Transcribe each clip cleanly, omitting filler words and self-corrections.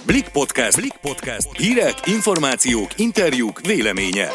Blik Podcast. Blik Podcast. Hírek, információk, interjúk, véleménye.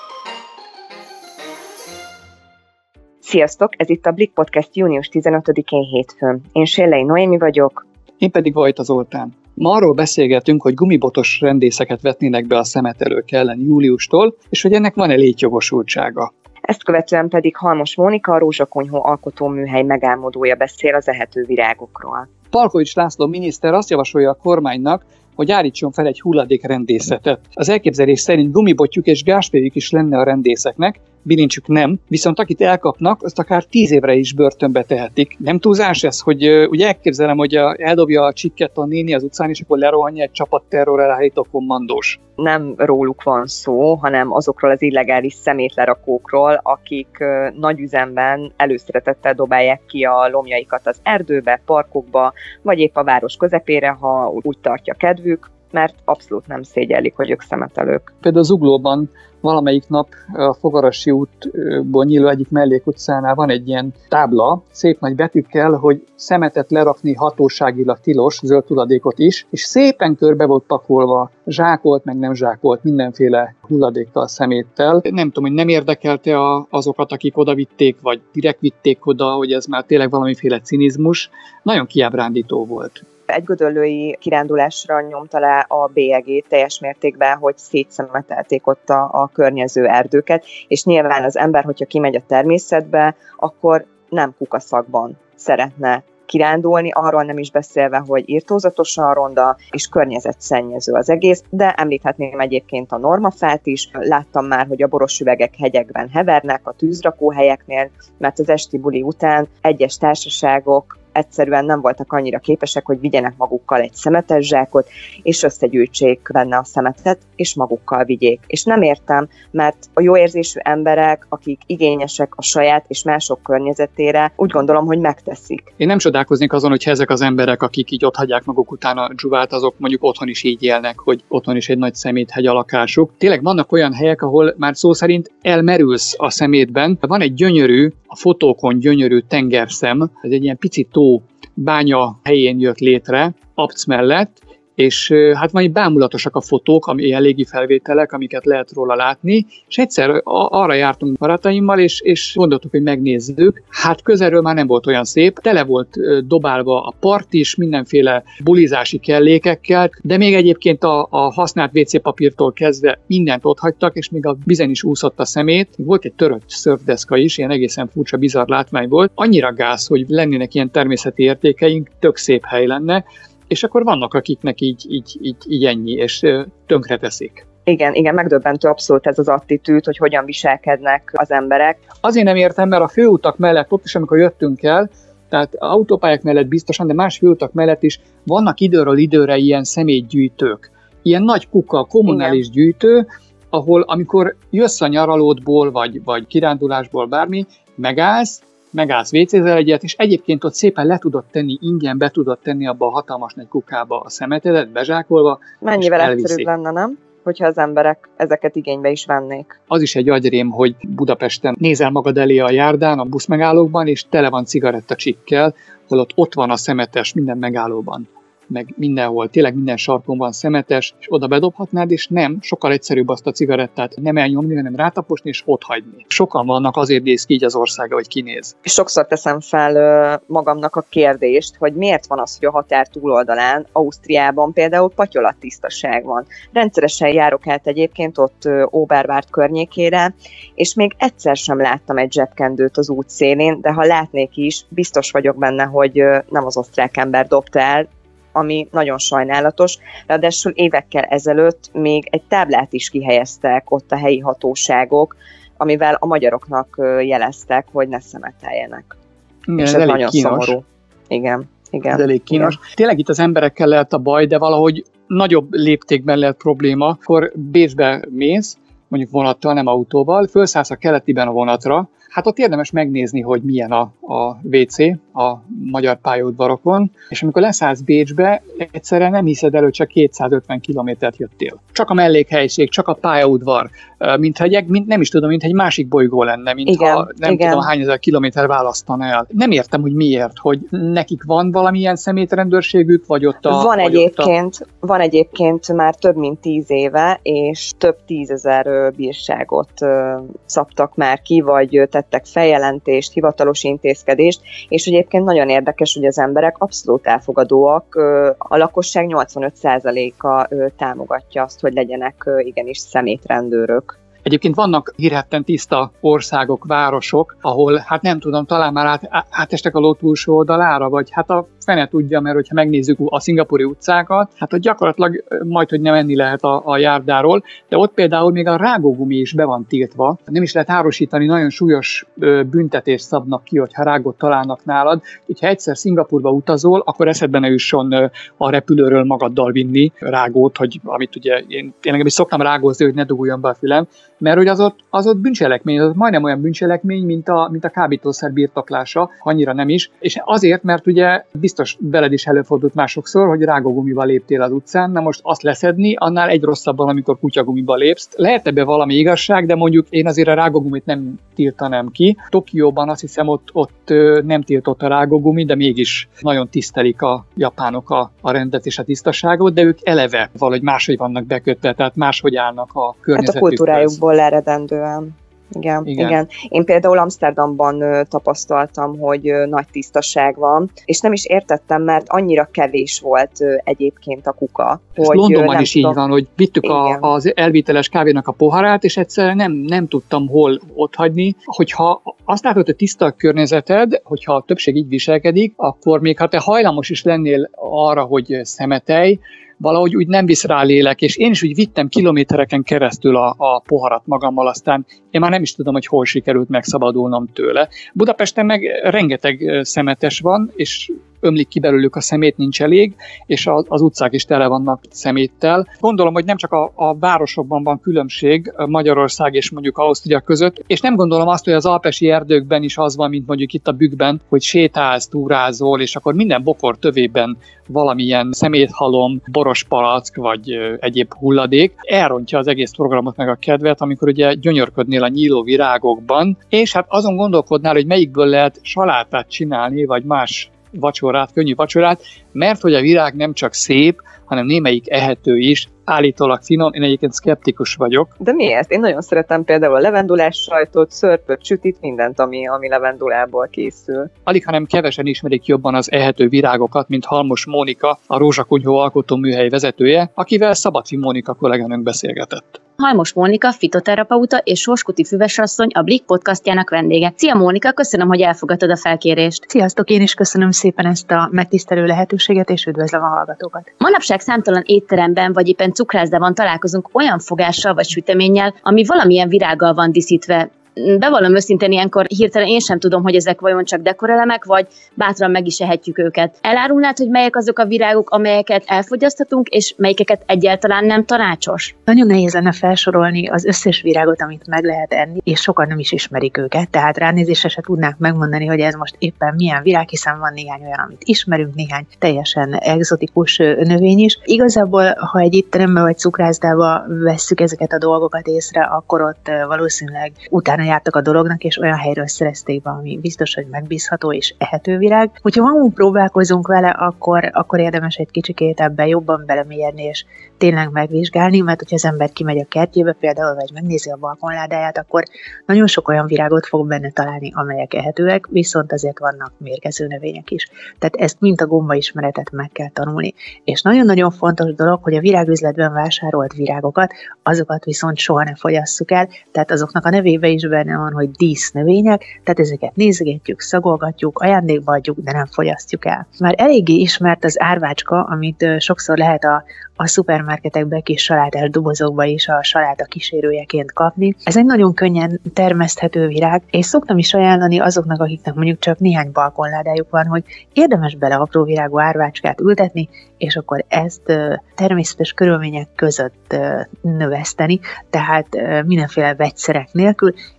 Sziasztok! Ez itt a Blik Podcast június 15-én hétfőn. Én Sérlei Noémi vagyok. Én pedig Vajta Zoltán. Ma arról beszélgetünk, hogy gumibotos rendészeket vetnének be a szemetelők ellen júliustól, és hogy ennek van-e létjogosultsága. Ezt követően pedig Halmos Mónika, a Rózsakonyhó alkotóműhely megálmodója beszél az ehető virágokról. Palkovics László miniszter azt javasolja a kormánynak, hogy állítson fel egy hulladékrendészetet. Az elképzelés szerint gumibotjuk és gázsféljük is lenne a rendészeknek, bilincsük nem, viszont akit elkapnak, azt akár 10 évre is börtönbe tehetik. Nem túlzás ez, hogy ugye elképzelem, hogy eldobja a csikket a néni az utcán, és akkor lerohanja egy csapat terrorelhárító kommandós. Nem róluk van szó, hanem azokról az illegális szemétlerakókról, akik nagy üzemben előszeretettel dobálják ki a lomjaikat az erdőbe, parkokba, vagy épp a város közepére, ha úgy tartja kedvük, mert abszolút nem szégyellik, hogy ők szemetelők. Például Zuglóban valamelyik nap a Fogarasi útból nyíló egyik mellékutcánál van egy ilyen tábla, szép nagy betűkkel, hogy szemetet lerakni hatóságilag tilos, zöld hulladékot is, és szépen körbe volt pakolva, zsákolt, meg nem zsákolt, mindenféle hulladékkal, szeméttel. Nem tudom, hogy nem érdekelte azokat, akik oda vitték, vagy direkt vitték oda, hogy ez már tényleg valamiféle cinizmus. Nagyon kiábrándító volt. Egy gödöllői kirándulásra nyomta le a bélyegét teljes mértékben, hogy szétszemetelték ott a környező erdőket, és nyilván az ember, hogyha kimegy a természetbe, akkor nem kukaszakban szeretne kirándulni, arról nem is beszélve, hogy irtózatosan ronda és környezetszennyező az egész, de említhetném egyébként a normafát is. Láttam már, hogy a boros üvegek hegyekben hevernek a tűzrakóhelyeknél, mert az esti buli után egyes társaságok egyszerűen nem voltak annyira képesek, hogy vigyenek magukkal egy szemetes zsákot, és összegyűjtsék benne a szemetet, és magukkal vigyék. És nem értem, mert a jó érzésű emberek, akik igényesek a saját és mások környezetére, úgy gondolom, hogy megteszik. Én nem csodálkoznék azon, hogy ezek az emberek, akik így ott hagyják maguk után a dzsuvát, azok mondjuk otthon is így élnek, hogy otthon is egy nagy szeméthegy a lakásuk. Tényleg vannak olyan helyek, ahol már szó szerint elmerülsz a szemétben. Van egy gyönyörű, a fotókon gyönyörű tengerszem, ez egy ilyen pici tó bánya helyén jött létre, Abc mellett, és hát majd bámulatosak a fotók, ilyen légi felvételek, amiket lehet róla látni, és egyszer arra jártunk barátaimmal, és gondoltuk, hogy megnézzük. Hát közelről már nem volt olyan szép, tele volt dobálva a part is, mindenféle bulizási kellékekkel, de még egyébként a használt WC papírtól kezdve mindent ott hagytak, és még a vizen is úszott a szemét. Volt egy törött szörfdeszka is, ilyen egészen furcsa, bizarr látvány volt. Annyira gáz, hogy lennének ilyen természeti értékeink, tök szép hely lenne, és akkor vannak, akiknek így ennyi, és tönkreteszik. Igen, megdöbbentő abszolút ez az attitűd, hogy hogyan viselkednek az emberek. Azért nem értem, mert a főutak mellett, ott is, amikor jöttünk el, tehát autópályák mellett biztosan, de más főutak mellett is vannak időről időre ilyen szemétgyűjtők. Ilyen nagy kuka, kommunális gyűjtő, ahol amikor jössz a nyaralódból, vagy kirándulásból bármi, megállsz vécézel egyet, és egyébként ott szépen le tudod tenni, ingyen be tudod tenni abba a hatalmas nagy kukába a szemetedet, bezsákolva. Mennyivel egyszerűbb lenne, nem? Hogyha az emberek ezeket igénybe is vennék. Az is egy agyrém, hogy Budapesten nézel magad elé a járdán, a buszmegállókban, és tele van cigarettacsikkel, holott ott van a szemetes minden megállóban, meg mindenhol, tényleg minden sarkon van szemetes, és oda bedobhatnád, és nem, sokkal egyszerűbb azt a cigarettát nem elnyomni, hanem rátaposni, és ott hagyni. Sokan vannak, azért néz ki így az országa, hogy kinéz. Sokszor teszem fel magamnak a kérdést, hogy miért van az, hogy a határ túloldalán, Ausztriában például patyolattisztaság van. Rendszeresen járok át egyébként ott Oberwart környékére, és még egyszer sem láttam egy zsebkendőt az út szélén, de ha látnék is, biztos vagyok benne, hogy nem az osztrák ember dobta el, ami nagyon sajnálatos. Ráadásul évekkel ezelőtt még egy táblát is kihelyeztek ott a helyi hatóságok, amivel a magyaroknak jeleztek, hogy ne szemeteljenek. Igen, és ez nagyon kínos. Szomorú. Igen. Ez elég kínos. Igen. Tényleg itt az emberekkel lehet a baj, de valahogy nagyobb léptékben lehet probléma, akkor Bécsbe mész, mondjuk vonattal, nem autóval, fölszállsz a keletiben a vonatra, hát ott érdemes megnézni, hogy milyen a WC a magyar pályaudvarokon, és amikor leszállsz Bécsbe, egyszerűen nem hiszed el, hogy csak 250 kilométert jöttél. Csak a mellékhelyiség, csak a pályaudvar, mintha egy másik bolygó lenne, mintha nem tudom hány ezer kilométer választana el. Nem értem, hogy miért, hogy nekik van valamilyen szemétrendőrségük, vagy ott a... Van egyébként már több mint 10 éve, és több 10 000 bírságot szabtak már ki, vagy tettek feljelentést, hivatalos intézkedést, és egyébként nagyon érdekes, hogy az emberek abszolút elfogadóak, a lakosság 85%-a támogatja azt, hogy legyenek igenis szemétrendőrök. Egyébként vannak hírhedten tiszta országok, városok, ahol, hát nem tudom, talán már átestek a ló túlsó oldalára, vagy hát a fene tudja, mert hogyha megnézzük a szingapúri utcákat, hát ott gyakorlatilag majdhogy nem enni lehet a járdáról, de ott például még a rágógumi is be van tiltva. Nem is lehet árusítani, nagyon súlyos büntetést szabnak ki, hogyha rágót találnak nálad. Hogyha egyszer Szingapúrba utazol, akkor eszedbe ne jusson a repülőről magaddal vinni rágót, hogy amit ugye én nekem is szoktam rágózni, hogy ne duguljon be a fülem, mert hogy az ott bűncselekmény, az majdnem olyan bűncselekmény, mint a kábítószer birtoklása, annyira nem is. És azért, mert ugye biztos veled is előfordult másokszor, hogy rágógumival léptél az utcán, na most azt leszedni, annál egy rosszabban, amikor kutyagumiba lépsz. Lehet ebbe valami igazság, de mondjuk én azért a rágógumit nem tiltanám ki. Tokióban azt hiszem ott nem tiltott a rágógumi, de mégis nagyon tisztelik a japánok a rendet és a tisztaságot, de ők eleve valahogy máshogy vannak bekötve, tehát máshogy állnak a környezetükhez. Hát a kultúrájukból eredendően. Igen. Én például Amsterdamban tapasztaltam, hogy nagy tisztaság van, és nem is értettem, mert annyira kevés volt egyébként a kuka. Ez Londonban is így van, hogy vittük az elviteles kávénak a poharát, és egyszerűen nem tudtam hol otthagyni. Hogyha azt látod, hogy tiszta a környezeted, hogyha a többség így viselkedik, akkor még ha te hajlamos is lennél arra, hogy szemetelj, valahogy úgy nem visz rá lélek, és én is úgy vittem kilométereken keresztül a poharat magammal, aztán én már nem is tudom, hogy hol sikerült megszabadulnom tőle. Budapesten meg rengeteg szemetes van, és ömlik ki belőlük a szemét, nincs elég, és az utcák is tele vannak szeméttel. Gondolom, hogy nem csak a városokban van különbség Magyarország és mondjuk Ausztria között, és nem gondolom azt, hogy az alpesi erdőkben is az van, mint mondjuk itt a Bükkben, hogy sétálsz, túrázol, és akkor minden bokor tövében valamilyen szeméthalom, boros palack vagy egyéb hulladék. Elrontja az egész programot meg a kedvet, amikor ugye gyönyörködnél a nyíló virágokban, és hát azon gondolkodnál, hogy melyikből lehet salátát csinálni, vagy más vacsorát, könnyű vacsorát, mert hogy a virág nem csak szép, hanem némelyik ehető is, állítólag finom, én egyébként szkeptikus vagyok. De miért? Én nagyon szeretem például a levendulás sajtot, szörpöt, sütit, mindent, ami levendulából készül. Alig, hanem kevesen ismerik jobban az ehető virágokat, mint Halmos Mónika, a Rózsakunyhó alkotóműhely vezetője, akivel Szabadfi Mónika kolléganőnk beszélgetett. Halmos Mónika, fitoterapeuta és Sorskuti Füvesasszony, a Blik podcastjának vendége. Szia Mónika, köszönöm, hogy elfogadtad a felkérést. Sziasztok, én is köszönöm szépen ezt a megtisztelő lehetőséget, és üdvözlöm a hallgatókat. Manapság számtalan étteremben vagy éppen cukrászdában találkozunk olyan fogással vagy süteménnyel, ami valamilyen virággal van díszítve. Bevallom őszintén, ilyenkor hirtelen én sem tudom, hogy ezek vajon csak dekorelemek, vagy bátran meg is ehetjük őket. Elárulnád, hogy melyek azok a virágok, amelyeket elfogyaszthatunk, és melyikeket egyáltalán nem tanácsos? Nagyon nehéz lenne felsorolni az összes virágot, amit meg lehet enni, és sokan nem is ismerik őket, tehát ránézésre se tudnák megmondani, hogy ez most éppen milyen virág, hiszen van néhány olyan, amit ismerünk, néhány teljesen egzotikus növény is. Igazából, ha egy étterembe vagy cukrászdába vesszük ezeket a dolgokat észre, akkor ott valószínűleg utána jártak a dolognak, és olyan helyről szerezték be, ami biztos, hogy megbízható és ehető virág. Hogyha magunk próbálkozunk vele, akkor érdemes egy kicsikét ebben jobban belemélyedni, és tényleg megvizsgálni, mert hogyha az ember kimegy a kertjébe például, vagy megnézi a balkonládáját, akkor nagyon sok olyan virágot fog benne találni, amelyek ehetőek, viszont azért vannak mérgező növények is. Tehát ezt mint a gombaismeretet meg kell tanulni. És nagyon-nagyon fontos dolog, hogy a virágüzletben vásárolt virágokat, azokat viszont soha ne fogyasszuk el, tehát azoknak a nevébe is benne van, hogy dísznövények, tehát ezeket nézegetjük, szagolgatjuk, ajándékba adjuk, de nem fogyasztjuk el. Már eléggé ismert az árvácska, amit sokszor lehet a szupermarketekben kis salátás dobozokba is a saláta kísérőjeként kapni. Ez egy nagyon könnyen termeszthető virág, és szoktam is ajánlani azoknak, akiknek mondjuk csak néhány balkonládájuk van, hogy érdemes bele apró virágú árvácskát ültetni, és akkor ezt természetes körülmények között növeszteni, tehát mindenféle vegyszerek nélkül,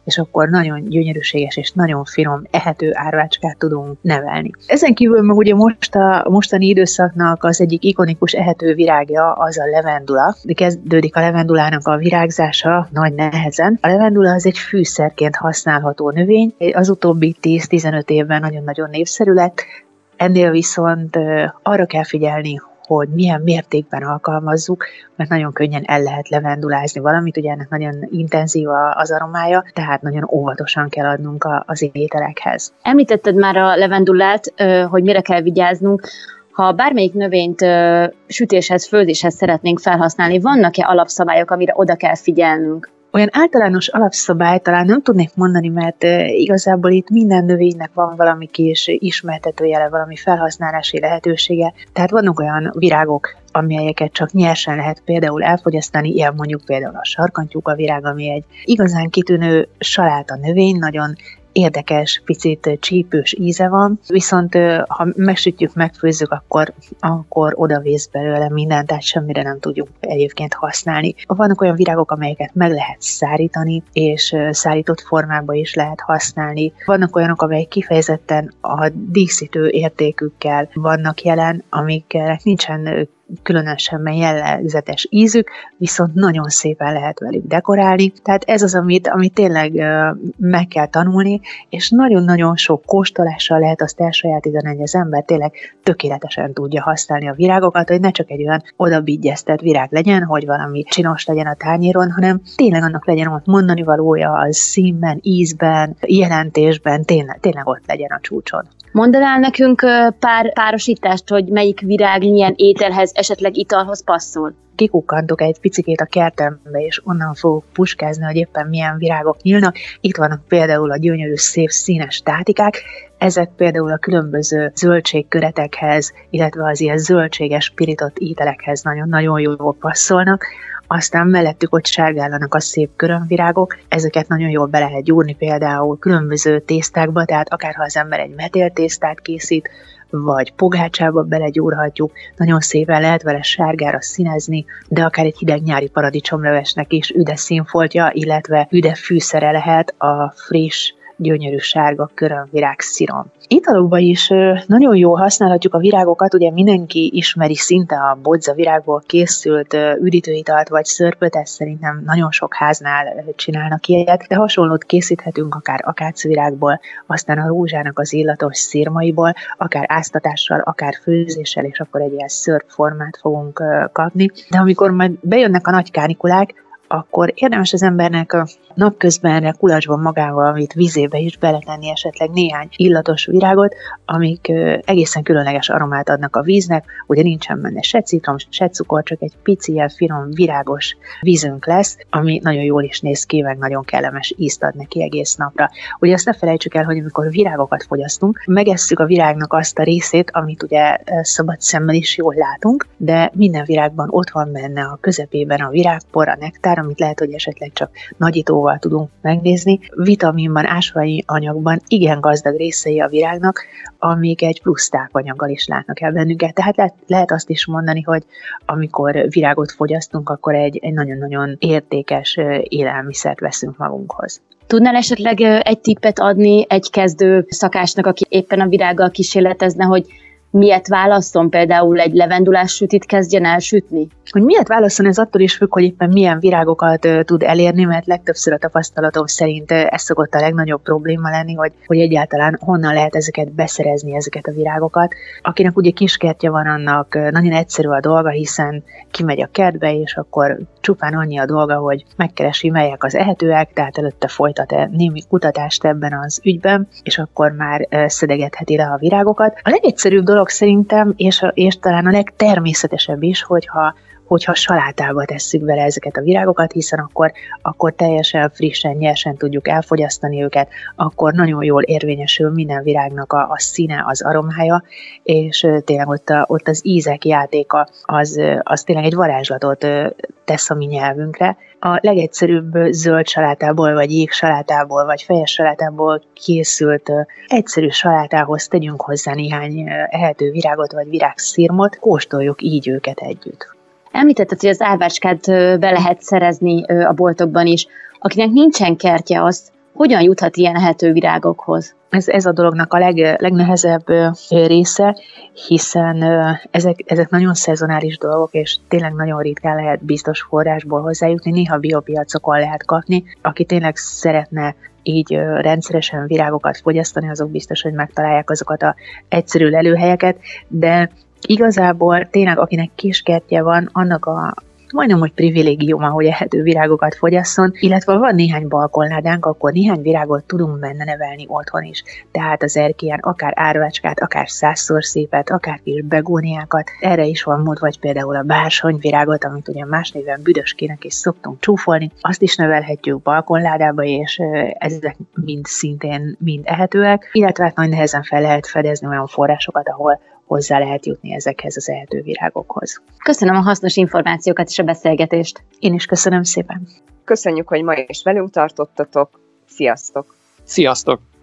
és akkor nagyon gyönyörűséges és nagyon finom, ehető árvácskát tudunk nevelni. Ezen kívül meg ugye a mostani időszaknak az egyik ikonikus ehető virágja az a levendula. De kezdődik a levendulának a virágzása nagy nehezen. A levendula az egy fűszerként használható növény, az utóbbi 10-15 évben nagyon-nagyon népszerű lett. Ennél viszont arra kell figyelni, hogy milyen mértékben alkalmazzuk, mert nagyon könnyen el lehet levendulázni valamit, ugye ennek nagyon intenzív az aromája, tehát nagyon óvatosan kell adnunk az ételekhez. Említetted már a levendulát, hogy mire kell vigyáznunk. Ha bármelyik növényt sütéshez, főzéshez szeretnénk felhasználni, vannak-e alapszabályok, amire oda kell figyelnünk? Olyan általános alapszabályt talán nem tudnék mondani, mert igazából itt minden növénynek van valami kis ismertetőjele, valami felhasználási lehetősége. Tehát vannak olyan virágok, amelyeket csak nyersen lehet például elfogyasztani, ilyen mondjuk például a sarkantyúka virág, ami egy igazán kitűnő saláta növény, nagyon érdekes, picit csípős íze van, viszont ha megsütjük, megfőzzük, akkor odavész belőle mindent, tehát semmire nem tudjuk egyébként használni. Vannak olyan virágok, amelyeket meg lehet szárítani, és szárított formában is lehet használni. Vannak olyanok, amelyek kifejezetten a díszítő értékükkel vannak jelen, amiknek nincsen különösen jellegzetes ízük, viszont nagyon szépen lehet velük dekorálni. Tehát ez az, amit tényleg meg kell tanulni, és nagyon-nagyon sok kóstolással lehet azt elsajátítani, hogy az ember tényleg tökéletesen tudja használni a virágokat, hogy ne csak egy olyan odabigyeztett virág legyen, hogy valami csinos legyen a tányéron, hanem tényleg annak legyen ott mondani valója, az színben, ízben, jelentésben, tényleg ott legyen a csúcson. Mondanál nekünk pár párosítást, hogy melyik virág milyen ételhez, esetleg italhoz passzol? Kikukkantok egy picikét a kertembe, és onnan fogok puskázni, hogy éppen milyen virágok nyílnak. Itt vannak például a gyönyörű, szép, színes tátikák. Ezek például a különböző zöldségköretekhez, illetve az ilyen zöldséges pirított ételekhez nagyon-nagyon jól passzolnak. Aztán mellettük ott sárgállanak a szép körömvirágok, ezeket nagyon jól be lehet gyúrni például különböző tésztákba, tehát akárha az ember egy metéltésztát készít, vagy pogácsába belegyúrhatjuk, nagyon szépen lehet vele sárgára színezni, de akár egy hideg nyári paradicsomlevesnek is üde színfoltja, illetve üde fűszere lehet a friss, gyönyörű sárga körömvirág szirom. Italokban is nagyon jól használhatjuk a virágokat, ugye mindenki ismeri szinte a bodza virágból készült üdítőitalt vagy szörpöt, ezt szerintem nagyon sok háznál csinálnak ilyet, de hasonlót készíthetünk akár akácvirágból, aztán a rózsának az illatos szirmaiból, akár áztatással, akár főzéssel, és akkor egy ilyen szörpformát fogunk kapni. De amikor majd bejönnek a nagy kánikulák, akkor érdemes az embernek napközbenre kulacsban magával, amit vízébe is beletenni esetleg néhány illatos virágot, amik egészen különleges aromát adnak a víznek, ugye nincsen benne se citrom, se cukor, csak egy pici, ilyen finom, virágos vízünk lesz, ami nagyon jól is néz ki, meg nagyon kellemes ízt ad neki egész napra. Ugye azt ne felejtsük el, hogy amikor virágokat fogyasztunk, megesszük a virágnak azt a részét, amit ugye szabad szemmel is jól látunk, de minden virágban ott van benne a közepében a virágpor, a nektár, amit lehet, hogy esetleg csak nagyítóval tudunk megnézni. Vitaminban, ásványi anyagban igen gazdag részei a virágnak, amik egy plusz tápanyaggal is látnak el bennünket. Tehát lehet azt is mondani, hogy amikor virágot fogyasztunk, akkor egy nagyon-nagyon értékes élelmiszert veszünk magunkhoz. Tudnál esetleg egy tippet adni egy kezdő szakásnak, aki éppen a virággal kísérletezne, hogy miért válasszon, például egy levendulás sütit kezdjen el sütni? Hogy miért válasszon, ez attól is függ, hogy éppen milyen virágokat tud elérni, mert legtöbbször a tapasztalatom szerint ez szokott a legnagyobb probléma lenni, hogy egyáltalán honnan lehet ezeket beszerezni, ezeket a virágokat. Akinek ugye kiskertje van, annak nagyon egyszerű a dolga, hiszen kimegy a kertbe, és akkor csupán annyi a dolga, hogy megkeresi, melyek az ehetőek, tehát előtte folytat némi kutatást ebben az ügyben, és akkor már szedegetheti le a virágokat. A legegyszerűbb dolog szerintem, és talán a legtermészetesebb is, hogyha salátába tesszük bele ezeket a virágokat, hiszen akkor teljesen frissen, nyersen tudjuk elfogyasztani őket, akkor nagyon jól érvényesül minden virágnak a színe, az aromája, és tényleg ott az ízek játéka, az tényleg egy varázslatot tesz a mi nyelvünkre. A legegyszerűbb zöld salátából, vagy jégsalátából, vagy fejes salátából készült egyszerű salátához tegyünk hozzá néhány ehető virágot, vagy virágszirmot, kóstoljuk így őket együtt. Említetted, hogy az árvácskát be lehet szerezni a boltokban is. Akinek nincsen kertje, az hogyan juthat ilyen ehető virágokhoz? Ez a dolognak a legnehezebb része, hiszen ezek nagyon szezonális dolgok, és tényleg nagyon ritkán lehet biztos forrásból hozzájutni, néha biopiacokon lehet kapni. Aki tényleg szeretne így rendszeresen virágokat fogyasztani, azok biztos, hogy megtalálják azokat az egyszerű lelőhelyeket, de igazából tényleg akinek kiskertje van, annak majdnem, hogy privilégiuma, hogy ehető virágokat fogyasszon, illetve van néhány balkonládánk, akkor néhány virágot tudunk benne nevelni otthon is. Tehát az erkélyen akár árvácskát, akár százszorszépet, akár kis begóniákat. Erre is van mód, vagy például a bársonyvirágot, amit ugye más néven büdöskének is szoktunk csúfolni. Azt is nevelhetjük balkonládába, és ezek szintén mind ehetőek, illetve hát nagy nehezen fel lehet fedezni olyan forrásokat, ahol hozzá lehet jutni ezekhez az ehető virágokhoz. Köszönöm a hasznos információkat és a beszélgetést. Én is köszönöm szépen. Köszönjük, hogy ma is velünk tartottatok. Sziasztok! Sziasztok!